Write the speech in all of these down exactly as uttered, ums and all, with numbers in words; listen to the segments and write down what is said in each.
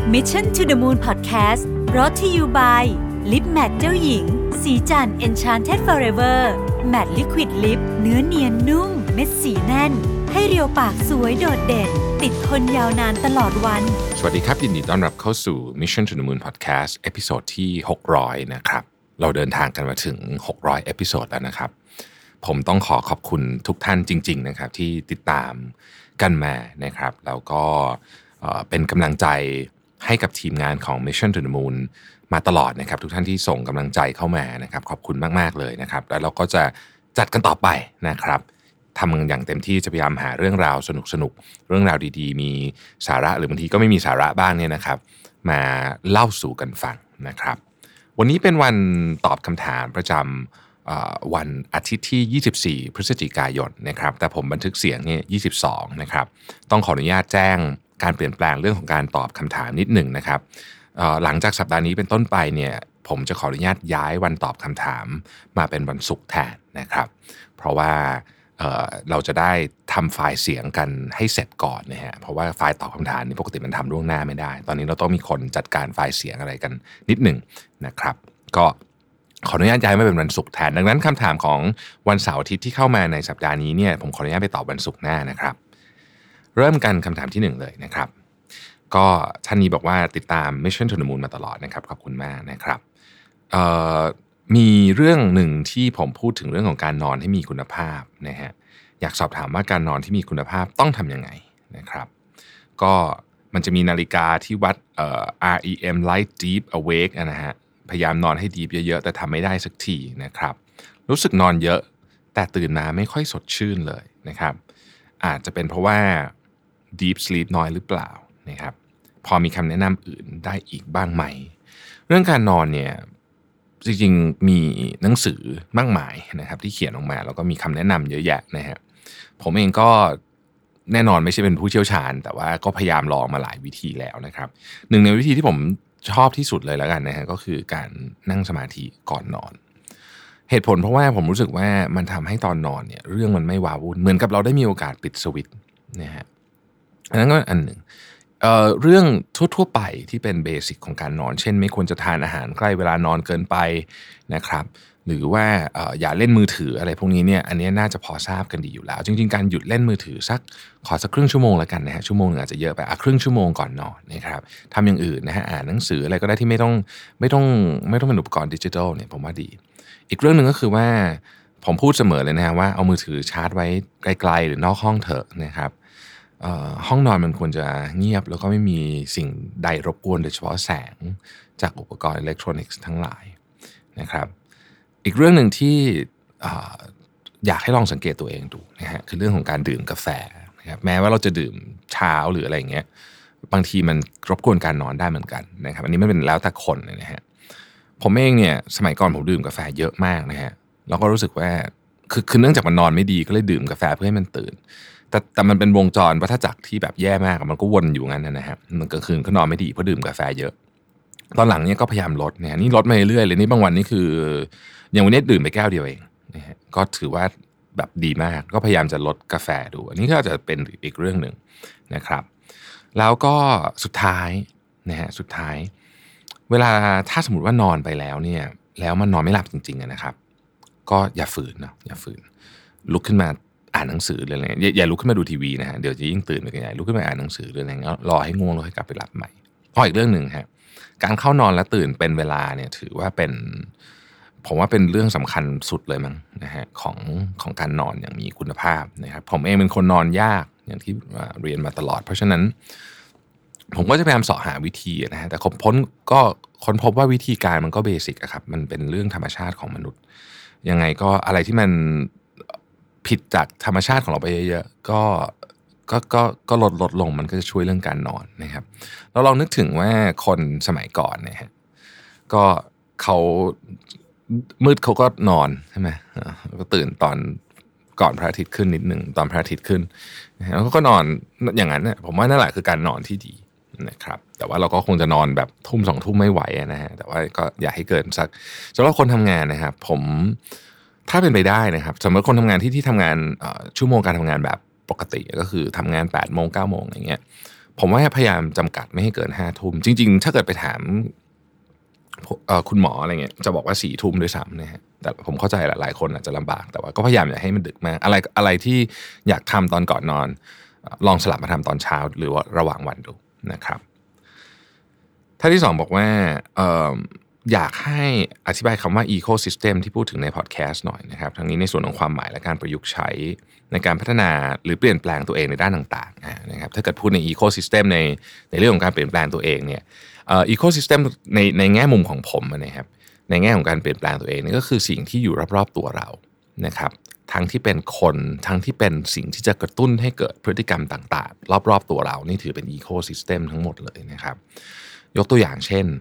Mission to the Moon Podcast brought to you by Lip Matte เจ้าหญิงสีจัน Enchanted Forever Matte Liquid Lip เนื้อเนียนนุ่มเม็ดสีแน่นให้เรียวปากสวยโดดเด่นติดทนยาวนานตลอดวันสวัสดีครับยินดีต้อนรับเข้าสู่ Mission to the Moon Podcast เอพิโซดที่หกร้อยนะครับเราเดินทางกันมาถึงหกร้อยเอพิโซดแล้วนะครับผมต้องขอขอบคุณทุกท่านจริงๆนะครับที่ติดตามกันมานะครับแล้วก็เป็นกำลังใจให้กับทีมงานของ Mission to the Moon มาตลอดนะครับทุกท่านที่ส่งกำลังใจเข้ามานะครับขอบคุณมากๆเลยนะครับแล้วเราก็จะจัดกันต่อไปนะครับทำอย่างเต็มที่จะพยายามหาเรื่องราวสนุกๆเรื่องราวดีๆมีสาระหรือบางทีก็ไม่มีสาระบ้างเนี่ยนะครับมาเล่าสู่กันฟังนะครับวันนี้เป็นวันตอบคำถามประจำวันอาทิตย์ที่ยี่สิบสี่พฤศจิกายนนะครับแต่ผมบันทึกเสียงเนี่ยยี่สิบสองนะครับต้องขออนุญาตแจ้งการเปลี่ยนแปลงเรื่องของการตอบคำถามนิดหนึ่งนะครับหลังจากสัปดาห์นี้เป็นต้นไปเนี่ยผมจะขออนุญาตย้ายวันตอบคำถามมาเป็นวันศุกร์แทนนะครับเพราะว่าเเราจะได้ทำไฟล์เสียงกันให้เสร็จก่อนนะฮะเพราะว่าไฟล์ตอบคำถามนี่ปกติมันทำล่วงหน้าไม่ได้ตอนนี้เราต้องมีคนจัดการไฟล์เสียงอะไรกันนิดหนึ่งนะครับก็ขออนุญาตย้ายมาเป็นวันศุกร์แทนดังนั้นคำถามของวันเสาร์อาทิตย์ที่เข้ามาในสัปดาห์นี้เนี่ยผมขออนุญาตไปตอบวันศุกร์หน้านะครับเริ่มกันคำถามที่หนึ่งเลยนะครับก็ท่านนี้บอกว่าติดตาม Mission to the Moon มาตลอดนะครับขอบคุณมากนะครับมีเรื่องหนึ่งที่ผมพูดถึงเรื่องของการนอนให้มีคุณภาพนะฮะอยากสอบถามว่าการนอนที่มีคุณภาพต้องทำยังไงนะครับก็มันจะมีนาฬิกาที่วัดเอ่อ อาร์ อี เอ็ม Light Deep Awake นะฮะพยายามนอนให้ดีเยอะๆแต่ทำไม่ได้สักทีนะครับรู้สึกนอนเยอะแต่ตื่นมาไม่ค่อยสดชื่นเลยนะครับอาจจะเป็นเพราะว่า Deep Sleep น้อยหรือเปล่านะครับพอมีคำแนะนำอื่นได้อีกบ้างไหมเรื่องการนอนเนี่ยจริงๆมีหนังสือมากมายนะครับที่เขียนออกมาแล้วก็มีคำแนะนำเยอะแยะนะฮะผมเองก็แน่นอนไม่ใช่เป็นผู้เชี่ยวชาญแต่ว่าก็พยายามลองมาหลายวิธีแล้วนะครับหนึ่งในวิธีที่ผมชอบที่สุดเลยแล้วกันนะฮะก็คือการนั่งสมาธิก่อนนอนเหตุผลเพราะว่าผมรู้สึกว่ามันทำให้ตอนนอนเนี่ยเรื่องมันไม่ว้าวุ่นเหมือนกับเราได้มีโอกาสปิดสวิตช์นะฮะอันนั้นก็อันหนึ่งเอ่อเรื่องทั่วๆไปที่เป็นเบสิกของการนอนเช่นไม่ควรจะทานอาหารใกล้เวลานอนเกินไปนะครับหรือว่าเอ่ออย่าเล่นมือถืออะไรพวกนี้เนี่ยอันนี้น่าจะพอทราบกันดีอยู่แล้วจริงๆการหยุดเล่นมือถือสักขอสักครึ่งชั่วโมงแล้วกันนะฮะชั่วโมงนึงอาจจะเยอะไปอ่ะครึ่งชั่วโมงก่อนนอนนะครับทำอย่างอื่นนะฮะอ่านหนังสืออะไรก็ได้ที่ไม่ต้องไม่ต้องไม่ต้องเป็นอุปกรณ์ดิจิทัลเนี่ยผมว่าดีอีกเรื่องนึงก็คือว่าผมพูดเสมอเลยนะฮะว่าเอามือถือชาร์จไว้ไกลๆหรือนอกห้องเถอะนะครับห้องนอนมันควรจะเงียบแล้วก็ไม่มีสิ่งใดรบกวนโดยเฉพาะแสงจากอุปกรณ์อิเล็กทรอนิกส์ทั้งหลายนะครับอีกเรื่องหนึ่งที่อยากให้ลองสังเกตตัวเองดูนะฮะคือเรื่องของการดื่มกาแฟนะครับแม้ว่าเราจะดื่มเช้าหรืออะไรอย่างเงี้ยบางทีมันรบกวนการนอนได้เหมือนกันนะครับอันนี้มันเป็นแล้วแต่คนนะฮะผมเองเนี่ยสมัยก่อนผมดื่มกาแฟเยอะมากนะฮะแล้วก็รู้สึกว่าคือคือเนื่องจากมันนอนไม่ดีก็เลยดื่มกาแฟเพื่อให้มันตื่นแต่แต่มันเป็นวงจรวัฏจักรที่แบบแย่มากมันก็วนอยู่งั้นนะฮะมันกลางคืนก็นอนไม่ดีเพราะดื่มกาแฟเยอะตอนหลังเนี่ยก็พยายามลดเนี่ยนี่ลดมาเรื่อยๆเลยนี่บางวันนี่คืออย่างวันนี้ดื่มไปแก้วเดียวเองนะฮะก็ถือว่าแบบดีมากก็พยายามจะลดกาแฟดูอันนี้ก็จะเป็นอีกเรื่องหนึ่งนะครับแล้วก็สุดท้ายนะฮะสุดท้ายเวลาถ้าสมมติว่านอนไปแล้วเนี่ยแล้วมันนอนไม่หลับจริงๆนะครับก็อย่าฝืนนะอย่าฝืนลุกขึ้นมาอ่านหนังสือหรืออะไรอย่าอย่าลุกขึ้นมาดูทีวีนะฮะเดี๋ยวจะยิ่งตื่นไปกันใหญ่ลุกขึ้นมาอ่านหนังสือหรืออะไรเงี้ยรอให้ง่วงแล้วค่อยกลับไปหลับใหม่อ๋ออีกเรื่องนึงฮะการเข้านอนและตื่นเป็นเวลาเนี่ยถือว่าเป็นผมว่าเป็นเรื่องสำคัญสุดเลยมั้งนะฮะของของการนอนอย่างมีคุณภาพนะครับผมเองเป็นคนนอนยากอย่างที่เรียนมาตลอดเพราะฉะนั้นผมก็จะพยายามเสาะหาวิธีนะฮะแต่ผมพ้นก็ค้นพบว่าวิธีการมันก็เบสิกอะครับมันเป็นเรื่องธรรมชาติของมนุษย์ยังไงก็อะไรที่มันผิดจากธรรมชาติของเราไปเยอะๆก็ก็ก็ก็ลดลดลงมันก็จะช่วยเรื่องการนอนนะครับเราลองนึกถึงว่าคนสมัยก่อนเนี่ยฮะก็เขามืดเขาก็นอนใช่ไหมก็ตื่นตอนก่อนพระอาทิตย์ขึ้นนิดหนึ่งตอนพระอาทิตย์ขึ้นแล้วก็นอนอย่างนั้นเนี่ยผมว่านั่นแหละคือการนอนที่ดีนะครับแต่ว่าเราก็คงจะนอนแบบทุ่มสองทุ่มไม่ไหวนะฮะแต่ว่าก็อย่าให้เกินสักสำหรับคนทำงานนะครับผมถ้าเป็นไปได้นะครับสมมติคนทำงานที่ที่ทำงานชั่วโมงการทำงานแบบปกติก็คือทำงานแปดโมงเก้าโมงอย่างเงี้ยผมว่าพยายามจำกัดไม่ให้เกินห้าทุ่มจริงๆถ้าเกิดไปถามคุณหมออะไรเงี้ยจะบอกว่าสี่ทุ่มด้วยซ้ำนะฮะแต่ผมเข้าใจหลายๆคนอาจจะลำบากแต่ว่าก็พยายามอย่าให้มันดึกมากอะไรอะไรที่อยากทำตอนก่อนนอนลองสลับมาทำตอนเช้าหรือว่าระหว่างวันดูนะครับท่านที่สองบอกว่าเอ่ออยากให้อธิบายคำว่า ecosystem ที่พูดถึงในพอดแคสต์หน่อยนะครับทั้งนี้ในส่วนของความหมายและการประยุกต์ใช้ในการพัฒนาหรือเปลี่ยนแปลงตัวเองในด้านต่างๆนะครับถ้าเกิดพูดใน ecosystem ในในเรื่องของการเปลี่ยนแปลงตัวเองเนี่ยเอ่อ ecosystem ในในแง่มุมของผมนะครับในแง่ของการเปลี่ยนแปลงตัวเองนี่ก็คือสิ่งที่อยู่รอบๆตัวเรานะครับทั้งที่เป็นคนทั้งที่เป็นสิ่งที่จะกระตุ้นให้เกิดพฤติกรรมต่างๆรอบๆตัวเรานี่ถือเป็น ecosystem ทั้งหมดเลยนะครับยกตัวอย่างเช่น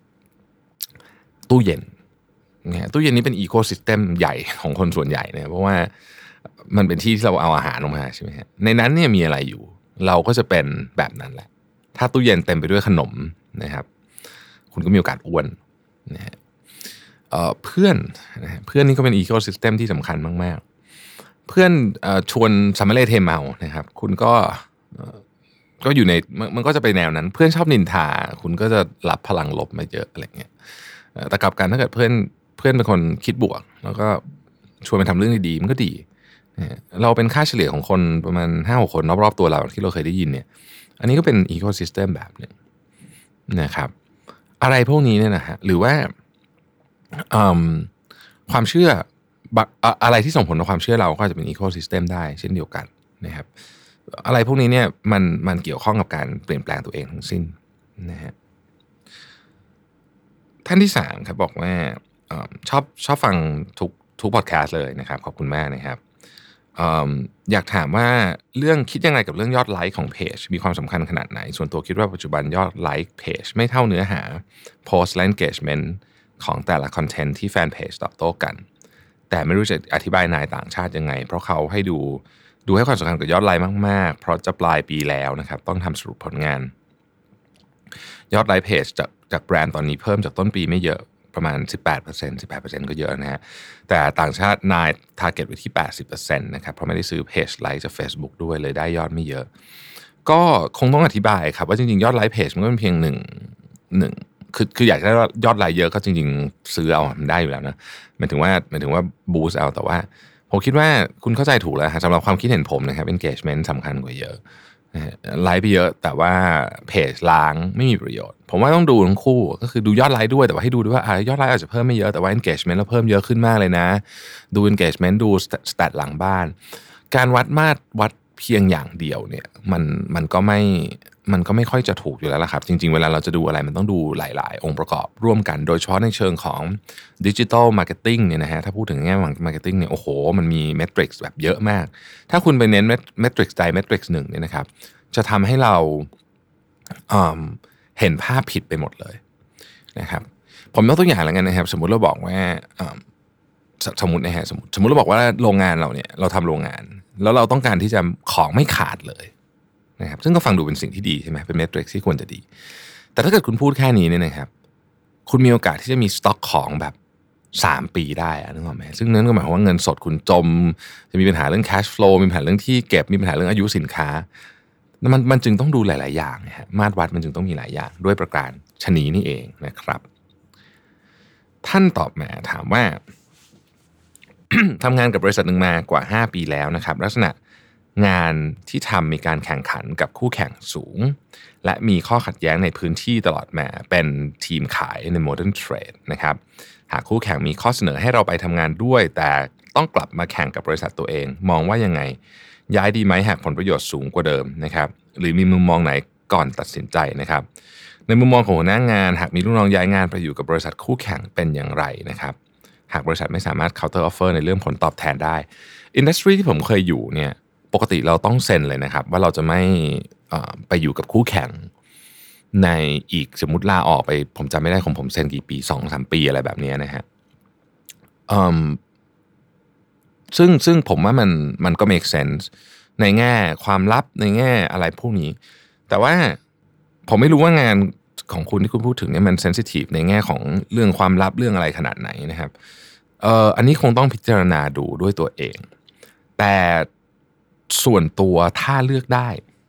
ตู้เย็นเนี่ยตู้เย็นนี้เป็นอีโคซิสเต็มใหญ่ของคนส่วนใหญ่เนี่ยเพราะว่ามันเป็นที่ที่เราเอาอาหารออกมาใช่ไหมฮะในนั้นเนี่ยมีอะไรอยู่เราก็จะเป็นแบบนั้นแหละถ้าตู้เย็นเต็มไปด้วยขนมนะครับคุณก็มีโอกาสอ้วนนะฮะเอ่อเพื่อนนะฮะเพื่อนนี่ก็เป็นอีโคซิสเต็มที่สำคัญมากๆเพื่อนเอ่อชวนสัมมาเลเทเมานะครับคุณก็ก็อยู่ในมันก็จะไปแนวนั้นเพื่อนชอบนินทาคุณก็จะรับพลังลบมาเยอะอะไรเงี้ยแต่กลับกันถ้าเกิดเพื่อนเพื่อนเป็นคนคิดบวกแล้วก็ชวนไปทำเรื่องดีๆมันก็ดีเราเป็นค่าเฉลี่ยของคนประมาณ ห้าหก คนรอบๆตัวเราที่เราเคยได้ยินเนี่ยอันนี้ก็เป็นอีโคซิสเต็มแบบนึงนะครับอะไรพวกนี้เนี่ยนะฮะหรือว่าความเชื่ออะไรที่ส่งผลต่อความเชื่อเราก็จะเป็นอีโคซิสเต็มได้เช่นเดียวกันนะครับอะไรพวกนี้เนี่ยมันมันเกี่ยวข้องกับการเปลี่ยนแปลงตัวเองทั้งสิ้นนะฮะท่านที่สามครับบอกว่าชอบชอบฟังทุกทุกพอดแคสต์เลยนะครับขอบคุณมากนะครับ อ, อยากถามว่าเรื่องคิดยังไงกับเรื่องยอดไลค์ของเพจมีความสำคัญขนาดไหนส่วนตัวคิดว่าปัจจุบันยอดไลค์เพจไม่เท่าเนื้อหาโพสต์และ engagement ของแต่ละคอนเทนต์ที่แฟนเพจตอบโต้กันแต่ไม่รู้จะอธิบายนายต่างชาติยังไงเพราะเขาให้ดูดูให้ความสำคัญกับยอดไลค์มากๆเพราะจะปลายปีแล้วนะครับต้องทำสรุปผลงานยอดไลค์เพจจากจากแบรนด์ตอนนี้เพิ่มจากต้นปีไม่เยอะประมาณ สิบแปดเปอร์เซ็นต์ สิบแปดเปอร์เซ็นต์ ก็เยอะนะฮะแต่ต่างชาตินาย target ไว้ที่ แปดสิบเปอร์เซ็นต์ นะครับเพราะไม่ได้ซื้อเพจไลค์จาก Facebook ด้วยเลยได้ยอดไม่เยอะก็คงต้องอธิบายครับว่าจริงๆยอดไลค์เพจมันก็เป็นเพียงหนึ่งหนึ่งคือคืออยากได้ยอดไลค์เยอะก็จริงๆซื้อเอามันได้อยู่แล้วนะหมายถึงว่าหมายถึงว่าบูสต์เอาแต่ว่าผมคิดว่าคุณเข้าใจถูกแล้วสำหรับความคิดเห็นผมนะครับ engagement สำคัญกว่าเยอะไลค์ไปเยอะแต่ว่าเพจล้างไม่มีประโยชน์ผมว่าต้องดูทั้งคู่ก็คือดูยอดไลค์ด้วยแต่ว่าให้ดูด้วยว่ายอดไลค์อาจจะเพิ่มไม่เยอะแต่ว่า engagement เราเพิ่มเยอะขึ้นมากเลยนะดู engagement ดู stat หลังบ้านการวัดมาตรวัดเพียงอย่างเดียวเนี่ยมันมันก็ไม่มันก็ไม่ค่อยจะถูกอยู่แล้วล่ะครับจริงๆเวลาเราจะดูอะไรมันต้องดูหลายๆองค์ประกอบร่วมกันโดยเฉพาะในเชิงของ digital marketing เนี่ยนะฮะถ้าพูดถึงแง่ของ marketing เนี่ยโอ้โหมันมี metrics แบบเยอะมากถ้าคุณไปเน้น metrics ใด metrics หนึ่งเนี่ยนะครับจะทำให้เราเอ่อเห็นภาพผิดไปหมดเลยนะครับผมยกตัวอย่างแล้วกันนะครับสมมุติเราบอกว่าสมมุตินะฮะสมมุติสมมุติเราบอกว่าโรงงานเราเนี่ยเราทำโรงงานแล้วเราต้องการที่จะของไม่ขาดเลยนะครับซึ่งก็ฟังดูเป็นสิ่งที่ดีใช่ไหมเป็นเมทริกซ์ที่ควรจะดีแต่ถ้าเกิดคุณพูดแค่นี้เนี่ยนะครับคุณมีโอกาสที่จะมีสต็อกของแบบสามปีได้นึกออกไหมซึ่งนั่นก็หมายความว่าเงินสดคุณจมจะมีปัญหาเรื่อง cash flow มีปัญหาเรื่องที่เก็บมีปัญหาเรื่องอายุสินค้ามันมันจึงต้องดูหลายๆอย่างนะฮะมาตรวัดมันจึงต้องมีหลายอย่างด้วยประการชนีนี่เองนะครับท่านตอบมาถามว่า ทำงานกับบริษัทหนึ่งมากว่าห้าปีแล้วนะครับลักษณะงานที่ทำมีการแข่งขันกับคู่แข่งสูงและมีข้อขัดแย้งในพื้นที่ตลอดมาเป็นทีมขายใน Modern Trade นะครับหากคู่แข่งมีข้อเสนอให้เราไปทำงานด้วยแต่ต้องกลับมาแข่งกับบริษัทตัวเองมองว่ายังไงย้ายดีไหมหากผลประโยชน์สูงกว่าเดิมนะครับหรือมีมุมมองไหนก่อนตัดสินใจนะครับในมุมมองของหัวหน้างานหากมีลูกน้องย้ายงานไปอยู่กับบริษัทคู่แข่งเป็นอย่างไรนะครับหากบริษัทไม่สามารถ counter offer ในเรื่องผลตอบแทนได้อินดัสทรีที่ผมเคยอยู่เนี่ยปกติเราต้องเซ็นเลยนะครับว่าเราจะไม่ไปอยู่กับคู่แข่งในอีกสมมุติลาออกไปผมจำไม่ได้ของผมเซ็นกี่ปี สองถึงสาม ปีอะไรแบบนี้นะฮะซึ่งซึ่งผมว่ามันมันก็ make sense ในแง่ความลับในแง่อะไรพวกนี้แต่ว่าผมไม่รู้ว่างานของคุณที่คุณพูดถึงเนี่ยมัน sensitive ในแง่ของเรื่องความลับเรื่องอะไรขนาดไหนนะครับเอ่ออันนี้คงต้องพิจารณาดูด้วยตัวเองแต่ส่วนตัวถ้าเลือกได้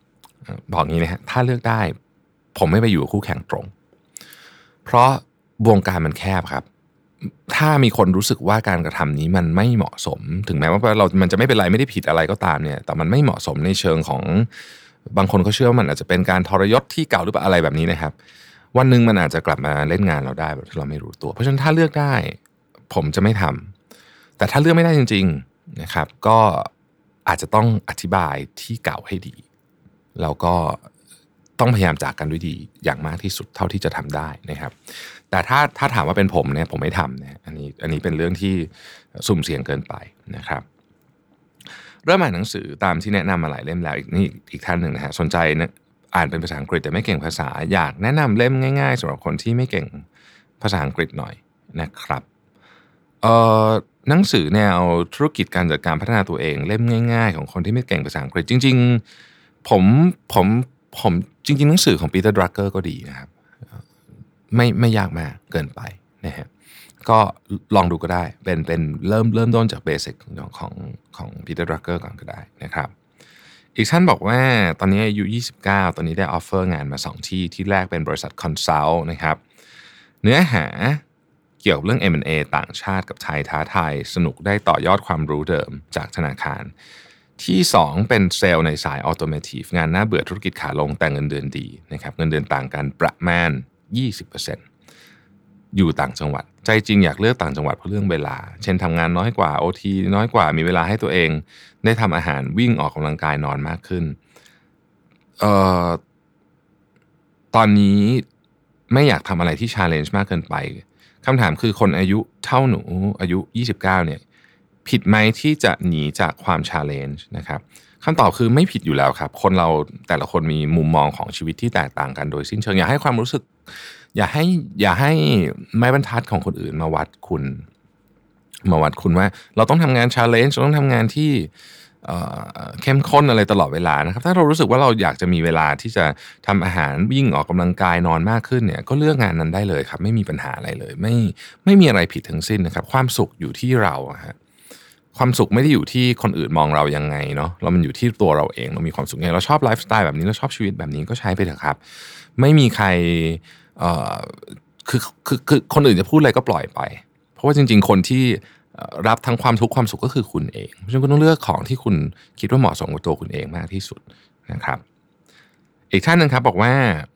บอกงี้นะฮะถ้าเลือกได้ผมไม่ไปอยู่คู่แข่งตรงเพราะวงการมันแคบครับถ้ามีคนรู้สึกว่าการกระทำนี้มันไม่เหมาะสมถึงแม้ว่าเรามันจะไม่เป็นไรไม่ได้ผิดอะไรก็ตามเนี่ยแต่มันไม่เหมาะสมในเชิงของบางคนเขาเชื่อว่ามันอาจจะเป็นการทรยศที่เก่าหรือเปล่าอะไรแบบนี้นะครับวันหนึ่งมันอาจจะกลับมาเล่นงานเราได้แบบที่เราไม่รู้ตัวเพราะฉะนั้นถ้าเลือกได้ผมจะไม่ทำแต่ถ้าเลือกไม่ได้จริงๆนะครับก็อาจจะต้องอธิบายที่เก่าให้ดีแล้วก็ต้องพยายามจากกันด้วยดีอย่างมากที่สุดเท่าที่จะทำได้นะครับแต่ถ้าถ้าถามว่าเป็นผมเนี่ยผมไม่ทำนะอันนี้อันนี้เป็นเรื่องที่สุ่มเสี่ยงเกินไปนะครับเริ่มอ่านหนังสือตามที่แนะนำมาหลายเล่มแล้วอีกนี่อีกท่านหนึ่งนะฮะสนใจนะอ่านเป็นภาษาอังกฤษแต่ไม่เก่งภาษาอยากแนะนำเล่มง่ายๆสำหรับคนที่ไม่เก่งภาษาอังกฤษหน่อยนะครับเอ่อหนังสือแนวธุรกิจการจัดการพัฒนาตัวเองเล่มง่ายๆของคนที่ไม่เก่งภาษาอังกฤษจริงๆผมผมผมจริงๆหนังสือของปีเตอร์ดรักเกอร์ก็ดีนะครับไม่ไม่ยากมากเกินไปนะฮะก็ลองดูก็ได้เป็นเป็นเริ่มเริ่มต้นจากเบสิกของของปีเตอร์ดรักเกอร์ก่อนก็ได้นะครับอีกท่านบอกว่าตอนนี้อายุยี่สิบเก้าตอนนี้ได้ออฟเฟอร์งานมาสองที่ที่แรกเป็นบริษัทคอนซัลท์นะครับเนื้อหาเกี่ยวกับเรื่อง เอ็ม แอนด์ เอ ต่างชาติกับไทยท้าทายสนุกได้ต่อยอดความรู้เดิมจากธนาคารที่สองเป็นเซลล์ในสายออโตเมทีฟงานน่าเบื่อธุรกิจขาลงแต่เงินเดือนดีนะครับเงินเดือนต่างกันประมาณ ยี่สิบเปอร์เซ็นต์ อยู่ต่างจังหวัดใจจริงอยากเลือกต่างจังหวัดเพราะเรื่องเวลาเช่นทำงานน้อยกว่า โอ ที น้อยกว่ามีเวลาให้ตัวเองได้ทำอาหารวิ่งออกกำลังกายนอนมากขึ้นเอ่อตอนนี้ไม่อยากทำอะไรที่ challenge มากเกินไปคำถามคือคนอายุเท่าหนูอายุยี่สิบเก้าเนี่ยผิดไหมที่จะหนีจากความ challenge นะครับคำตอบคือไม่ผิดอยู่แล้วครับคนเราแต่ละคนมีมุมมองของชีวิตที่แตกต่างกันโดยสิ้นเชิงอย่าให้ความรู้สึกอย่าให้อย่าให้ไม้บรรทัดของคนอื่นมาวัดคุณมาวัดคุณว่าเราต้องทำงาน challenge เราต้องทำงานที่เข้มข้นอะไรตลอดเวลานะครับถ้าเรารู้สึกว่าเราอยากจะมีเวลาที่จะทำอาหารวิ่งออกกำลังกายนอนมากขึ้นเนี่ยก็เลือกงานนั้นได้เลยครับไม่มีปัญหาอะไรเลยไม่ไม่มีอะไรผิดทั้งสิ้นนะครับความสุขอยู่ที่เราฮะความสุขไม่ได้อยู่ที่คนอื่นมองเรายังไงเนาะเรามันอยู่ที่ตัวเราเองเรามีความสุขไงเราชอบไลฟ์สไตล์แบบนี้เราชอบชีวิตแบบนี้ก็ใช้ไปเถอะครับไม่มีใครเอ่อคือคือคือคนอื่นจะพูดอะไรก็ปล่อยไปเพราะว่าจริงๆคนที่รับทั้งความทุกข์ความสุขก็คือคุณเองเพราะฉะนั้นคุณต้องเลือกของที่คุณคิดว่าเหมาะสมกับตัวคุณเองมากที่สุดนะครับอีกท่านนึงครับบอกว่า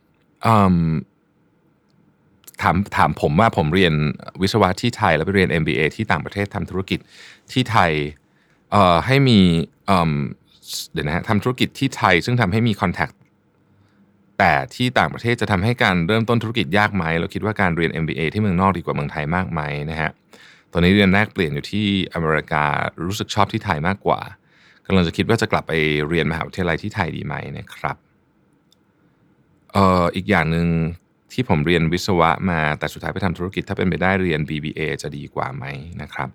ถามถามผมว่าผมเรียนวิศวะที่ไทยแล้วไปเรียน เอ็ม บี เอ ที่ต่างประเทศทำธุรกิจที่ไทยเอ่อให้มีเอ่อเดี๋ยวนะฮะทำธุรกิจที่ไทยซึ่งทำให้มีคอนแทคแต่ที่ต่างประเทศจะทำให้การเริ่มต้นธุรกิจยากไหมเราคิดว่าการเรียน เอ็ม บี เอ ที่เมืองนอกดีกว่าเมืองไทยมากไหมนะฮะตอนนี้เรียนแรกเปลี่ยนอยู่ที่อเมริการู้สึกชอบที่ไทยมากกว่ากำลังจะคิดว่าจะกลับไปเรียนมหาวิทยาลัยที่ไทยดีไหมนะครับเอ่ออีกอย่างนึงที่ผมเรียนวิศวะมาแต่สุดท้ายไปทำธุรกิจถ้าเป็นไปได้เรียน บี บี เอ จะดีกว่าไหมนะครับ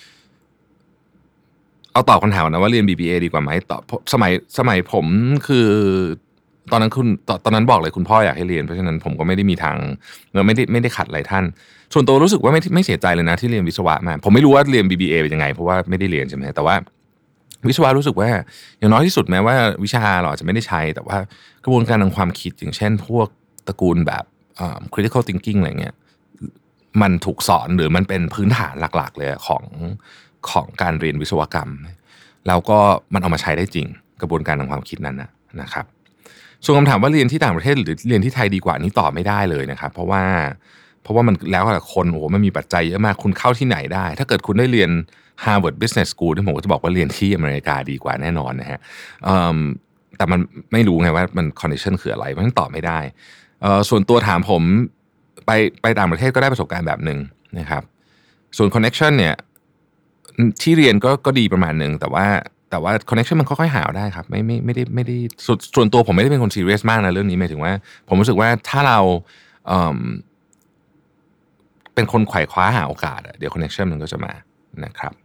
เอาตอบคำถามนะว่าเรียน บี บี เอ ดีกว่าไหมตอบสมัยสมัยผมคือตอนนั้นคุณตอนนั้นบอกเลยคุณพ่ออยากให้เรียนเพราะฉะนั้นผมก็ไม่ได้มีทางไม่ได้ไม่ได้ขัดอะไรท่านส่วนตัวรู้สึกว่าไม่ไม่เสียใจเลยนะที่เรียนวิศวะมาผมไม่รู้ว่าเรียน บี บี เอ เป็นยังไงเพราะว่าไม่ได้เรียนใช่ไหมแต่ว่าวิศวะรู้สึกว่าอย่างน้อยที่สุดแม้ว่าวิชาเราอาจจะไม่ได้ใช้แต่ว่ากระบวนการทางความคิดอย่างเช่นพวกตระกูลแบบ critical thinking อะไรเงี้ยมันถูกสอนหรือมันเป็นพื้นฐานหลักๆเลยของของการเรียนวิศวกรรมแล้วก็มันเอามาใช้ได้จริงกระบวนการทางความคิดนั้นนะนะครับส่วนคำถามว่าเรียนที่ต่างประเทศหรือเรียนที่ไทยดีกว่านี้ตอบไม่ได้เลยนะครับเพราะว่าเพราะว่ามันแล้วแต่คนโอ้โหมันมีปัจจัยเยอะมากคุณเข้าที่ไหนได้ถ้าเกิดคุณได้เรียน Harvard Business School ที่ผมก็จะบอกว่าเรียนที่อเมริกาดีกว่าแน่นอนนะฮะแต่มันไม่รู้ไงว่ามัน condition คืออะไรเพราะฉะนั้นตอบไม่ได้ส่วนตัวถามผมไปไปต่างประเทศก็ได้ประสบการณ์แบบนึงนะครับส่วน connection เนี่ยที่เรียนก็ก็ดีประมาณนึงแต่ว่าแต่ว่า connection มันค่อยๆหาได้ครับไม่ไม่ไม่ได้ไม่ได้ส่วนตัวผมไม่ได้เป็นคน serious มากนะเรื่องนี้หมายถึงว่าผมรู้สึกว่าถ้าเราเอ่อเป็นคนไขว่คว้าหาโอกาสเดี๋ยว connection มันก็จะมานะครับ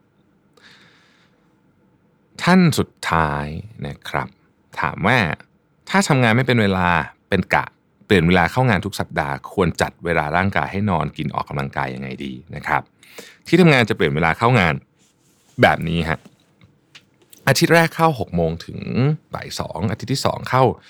ท่านสุดท้ายนะครับถามว่าถ้าทำงานไม่เป็นเวลาเป็นกะเปลี่ยนเวลาเข้างานทุกสัปดาห์ควรจัดเวลาร่างกายให้นอนกินออกกำลังกายยังไงดีนะครับที่ทำงานจะเปลี่ยนเวลาเข้างานแบบนี้ฮะอาทิตย์แรกเข้าหกโมงถึงบ่ายสองอาทิตย์ที่สองเข้า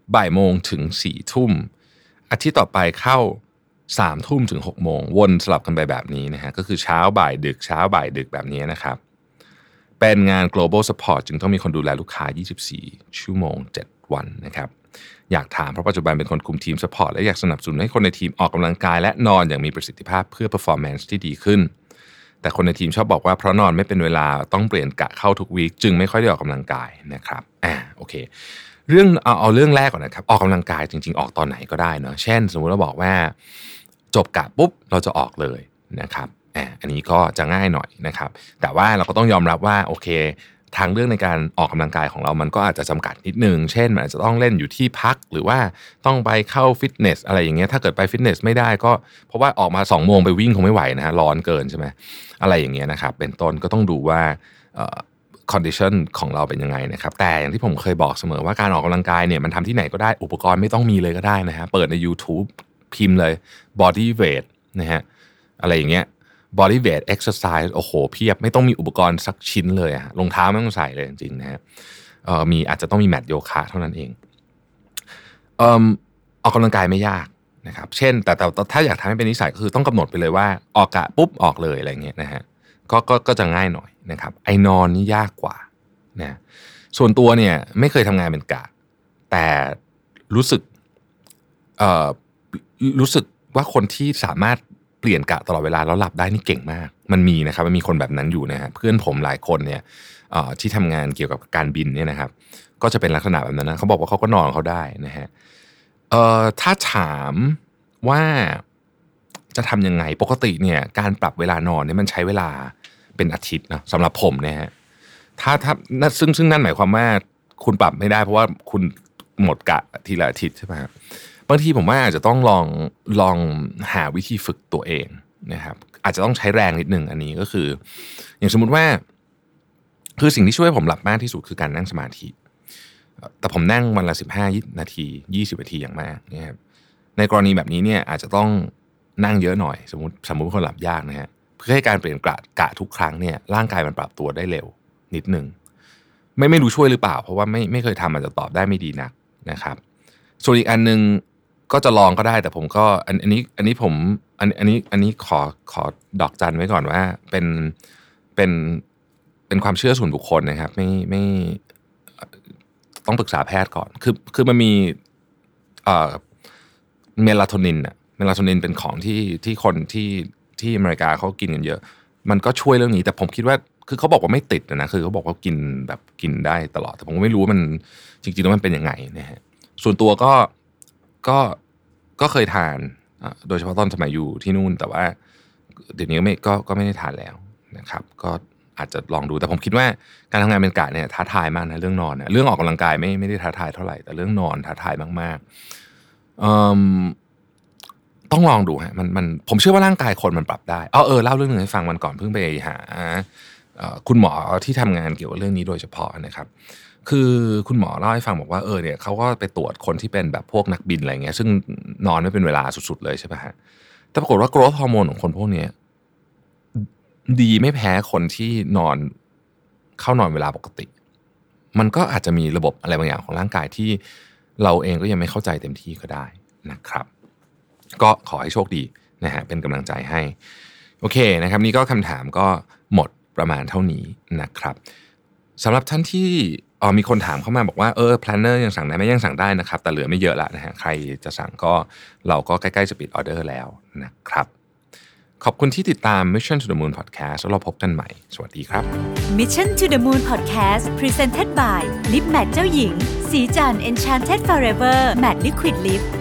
บ่ายโมงถึงสี่ทุ่มอาทิตย์ต่อไปเข้าสามทุ่มถึงหกโมงวนสลับกันไปแบบนี้นะฮะก็คือเช้าบ่ายดึกเช้าบ่ายดึกแบบนี้นะครับเป็นงาน global support จึงต้องมีคนดูแลลูกค้ายี่สิบสี่ชั่วโมงเจ็ดวันนะครับอยากถามเพราะปัจจุบันเป็นคนคุมทีม support และอยากสนับสนุนให้คนในทีมออกกำลังกายและนอนอย่างมีประสิทธิภาพเพื่อ performance ที่ดีขึ้นแต่คนในทีมชอบบอกว่าเพราะนอนไม่เป็นเวลาต้องเปลี่ยนกะเข้าทุกวีคจึงไม่ค่อยได้ออกกำลังกายนะครับอ่าโอเคเรื่องเอาเอาเรื่องแรกก่อนนะครับออกกำลังกายจริงๆออกตอนไหนก็ได้เนาะเช่นสมมุติเราบอกว่าจบกะปุ๊บเราจะออกเลยนะครับอ่าอันนี้ก็จะง่ายหน่อยนะครับแต่ว่าเราก็ต้องยอมรับว่าโอเคทางเรื่องในการออกกำลังกายของเรามันก็อาจจะจำกัดนิดนึงเช่นมันอาจจะต้องเล่นอยู่ที่พักหรือว่าต้องไปเข้าฟิตเนสอะไรอย่างเงี้ยถ้าเกิดไปฟิตเนสไม่ได้ก็เพราะว่าออกมาสองโมงไปวิ่งคงไม่ไหวนะฮะร้อนเกินใช่ไหมอะไรอย่างเงี้ยนะครับเป็นต้นก็ต้องดูว่าเอ่อcondition ของเราเป็นยังไงนะครับแต่อย่างที่ผมเคยบอกเสมอว่าการออกกำลังกายเนี่ยมันทำที่ไหนก็ได้อุปกรณ์ไม่ต้องมีเลยก็ได้นะฮะเปิดใน YouTube พิมพ์เลย body weight นะฮะอะไรอย่างเงี้ย body weight exercise โอ้โหเพียบไม่ต้องมีอุปกรณ์สักชิ้นเลยอะรองเท้าไม่ต้องใส่เลยจริงๆนะฮะเอ่อมีอาจจะต้องมีแมทโยคะเท่านั้นเองเอ่อออกกำลังกายไม่ยากนะครับเช่นแต่แต่ถ้าอยากทำให้เป็นนิสัยก็คือต้องกำหนดไปเลยว่าออกกะปุ๊บออกเลยอะไรเงี้ยนะฮะก็ก็ก็จะง่ายหน่อยนะครับไอนอนนี่ยากกว่านะส่วนตัวเนี่ยไม่เคยทำงานเป็นกะแต่รู้สึกเอ่อรู้สึกว่าคนที่สามารถเปลี่ยนกะตลอดเวลาแล้วหลับได้นี่เก่งมากมันมีนะครับมันมีคนแบบนั้นอยู่นะฮะเพื่อนผมหลายคนเนี่ยเอ่อที่ทำงานเกี่ยวกับการบินเนี่ยนะครับก็จะเป็นลักษณะแบบนั้นนะเขาบอกว่าเขาก็นอนเขาได้นะฮะเอ่อถ้าถามว่าจะทำยังไงปกติเนี่ยการปรับเวลานอนเนี่ยมันใช้เวลาเป็นอาทิตย์นะสำหรับผมเนี่ยฮะถ้าถ้าซึ่งซึ่งนั่นหมายความว่าคุณปรับไม่ได้เพราะว่าคุณหมดกะทีละอาทิตย์ใช่ไหมครับบางทีผมว่าอาจจะต้องลองลองหาวิธีฝึกตัวเองนะครับอาจจะต้องใช้แรงนิดนึงอันนี้ก็คืออย่างสมมุติว่าคือสิ่งที่ช่วยผมหลับมากที่สุดคือการนั่งสมาธิแต่ผมนั่งวันละสิบห้านาทียี่สิบนาทีอย่างมากนะครับในกรณีแบบนี้เนี่ยอาจจะต้องนั่งเยอะหน่อยสมมุติสมมุติคนหลับยากนะฮะเพื่อให้การเปลี่ยนกะกะทุกครั้งเนี่ยร่างกายมันปรับตัวได้เร็วนิดนึงไม่ไม่รู้ช่วยหรือเปล่าเพราะว่าไม่ไม่เคยทำอาจจะตอบได้ไม่ดีนักนะครับส่วนอีกอันนึงก็จะลองก็ได้แต่ผมก็อันอันนี้อันนี้ผมอันอันนี้อันนี้ขอขอดอกจันไว้ก่อนว่าเป็นเป็นเป็นความเชื่อส่วนบุคคลนะครับไม่ไม่ต้องปรึกษาแพทย์ก่อนคือคือมันมีเอ่อเมลาโทนินอะเมลาโทนินเป็นของที่ที่คนที่ที่อเมริกาเขากินกันเยอะมันก็ช่วยเรื่องนี้แต่ผมคิดว่าคือเขาบอกว่าไม่ติดนะคือเขาบอกว่ากินแบบกินได้ตลอดแต่ผมก็ไม่รู้ว่ามันจริงๆแล้วมันเป็นยังไงนะฮะส่วนตัวก็ก็ก็เคยทานโดยเฉพาะตอนสมัยอยู่ที่นู่นแต่ว่าเดี๋ยวนี้ไม่ก็ก็ไม่ได้ทานแล้วนะครับก็อาจจะลองดูแต่ผมคิดว่าการทำงานเป็นกะเนี่ยท้าทายมากนะเรื่องนอนนะเรื่องออกกำลังกายไม่ไม่ได้ท้าทายเท่าไหร่แต่เรื่องนอนท้าทายมากๆเอ่อต้องลองดูฮะมันมันผมเชื่อว่าร่างกายคนมันปรับได้เออเออเล่าเรื่องนึงให้ฟังวันก่อนเพิ่งไปหาคุณหมอที่ทำงานเกี่ยวกับเรื่องนี้โดยเฉพาะนะครับคือคุณหมอเล่าให้ฟังบอกว่าเออเนี่ยเขาก็ไปตรวจคนที่เป็นแบบพวกนักบินอะไรเงี้ยซึ่งนอนไม่เป็นเวลาสุดๆเลยใช่ไหมฮะแต่ปรากฏว่า growth hormone ของคนพวกนี้ดีไม่แพ้คนที่นอนเข้านอนเวลาปกติมันก็อาจจะมีระบบอะไรบางอย่างของร่างกายที่เราเองก็ยังไม่เข้าใจเต็มที่ก็ได้นะครับก็ขอให้โชคดีนะฮะเป็นกำลังใจให้โอเคนะครับนี่ก็คำถามก็หมดประมาณเท่านี้นะครับสำหรับท่านที่อ๋อมีคนถามเข้ามาบอกว่าเออ planner ยังสั่งได้ไหมยังสั่งได้นะครับแต่เหลือไม่เยอะละนะฮะใครจะสั่งก็เราก็ใกล้ๆจะปิดออเดอร์แล้วนะครับขอบคุณที่ติดตาม Mission to the Moon Podcast แล้วเราพบกันใหม่สวัสดีครับ Mission to the Moon Podcast Presented by Lip Matte เจ้าหญิงสีจัน Enchanted Forever Matte Liquid Lip